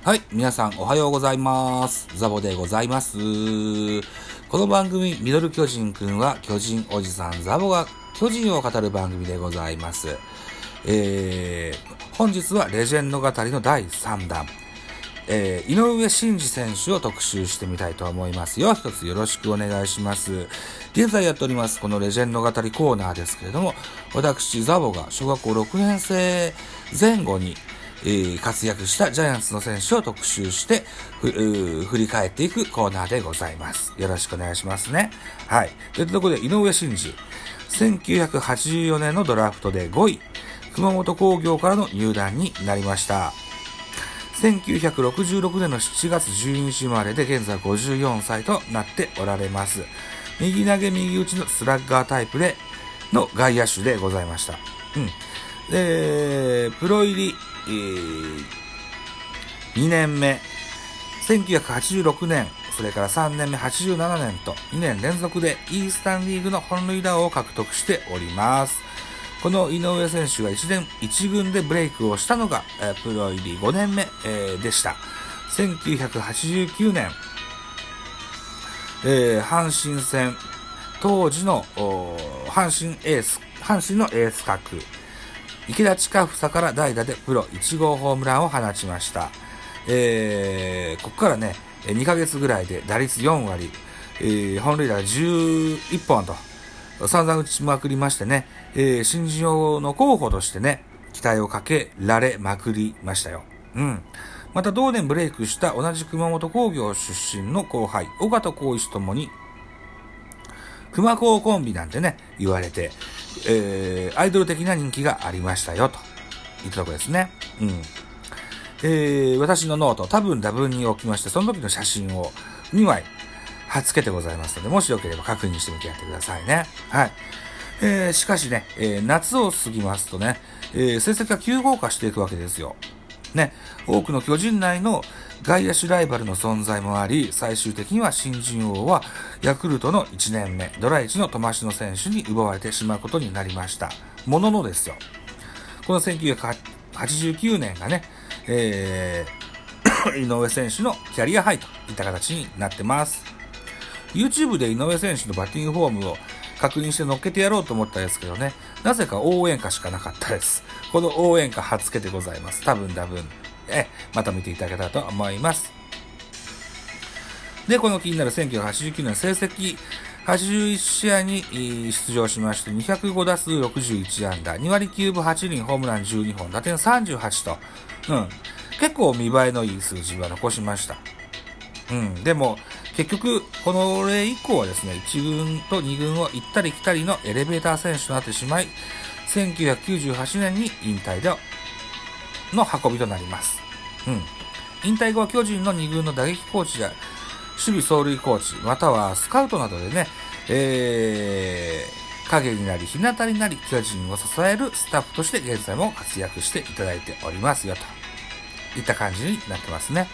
はい、皆さんおはようございます。ザボでございます。この番組、ミドル巨人くんは巨人おじさんザボが巨人を語る番組でございます。本日はレジェンド語りの第3弾、井上真司選手を特集してみたいと思いますよ。一つよろしくお願いします。現在やっておりますこのレジェンド語りコーナーですけれども、私ザボが小学校6年生前後に活躍したジャイアンツの選手を特集して振り返っていくコーナーでございます。よろしくお願いしますね。はい。というところで井上真司、1984年のドラフトで5位、熊本工業からの入団になりました。1966年の7月12日生まれで現在54歳となっておられます。右投げ右打ちのスラッガータイプでの外野手でございました。で、プロ入り2年目、1986年、それから3年目87年と2年連続でイースタンリーグの本塁打王を獲得しております。この井上選手が1軍でブレイクをしたのが、プロ入り5年目、でした。1989年、阪神戦、当時の阪神のエース格、池田千佳房から代打でプロ1号ホームランを放ちました。ここからね、2ヶ月ぐらいで打率4割、本塁打が11本と、散々打ちまくりましてね、新人王の候補としてね、期待をかけられまくりましたよ。また同年ブレイクした同じ熊本工業出身の後輩、尾形浩一ともに、熊高コンビなんてね、言われて、アイドル的な人気がありましたよ、といったところですね。私のノート、多分打分に置きまして、その時の写真を2枚貼っ付けてございますので、もしよければ確認してみてやってくださいね。はい。しかしね、夏を過ぎますとね、成績が急降下していくわけですよ。ね、多くの巨人内の外野手ライバルの存在もあり、最終的には新人王はヤクルトの1年目、ドラ1のトマシノ選手に奪われてしまうことになりました。もののですよ。この1989年がね、井上選手のキャリアハイといった形になってます。YouTube で井上選手のバッティングフォームを確認して乗っけてやろうと思ったんですけどね、なぜか応援歌しかなかったです。この応援歌貼っ付けてございます。多分打分。また見ていただけたらと思います。で、この気になる1989年成績、81試合に出場しまして、205打数61安打、2割9分8厘、ホームラン12本、打点38と、結構見栄えのいい数字は残しました。でも、結局、この例以降はですね、1軍と2軍を行ったり来たりのエレベーター選手となってしまい、1998年に引退の運びとなります。引退後は巨人の2軍の打撃コーチや守備走塁コーチ、またはスカウトなどでね、影になり日向になり巨人を支えるスタッフとして現在も活躍していただいておりますよといった感じになってますね。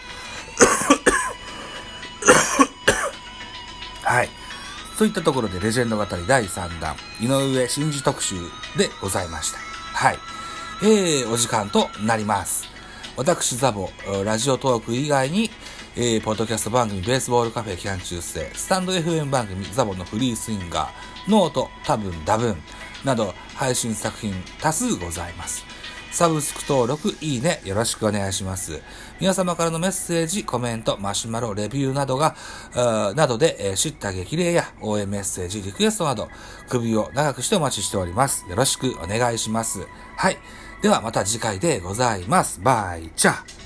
はい。そういったところでレジェンド語り第3弾、井上真司特集でございました。はい。お時間となります。私ザボ、ラジオトーク以外に、ポッドキャスト番組ベースボールカフェ期間中世、スタンド FM 番組ザボのフリースインガー、ノート、多分打分など配信作品多数ございます。サブスク登録、いいね、よろしくお願いします。皆様からのメッセージ、コメント、マシュマロ、レビューなどで、知った激励や応援メッセージ、リクエストなど、首を長くしてお待ちしております。よろしくお願いします。はい。ではまた次回でございます。バイチャー。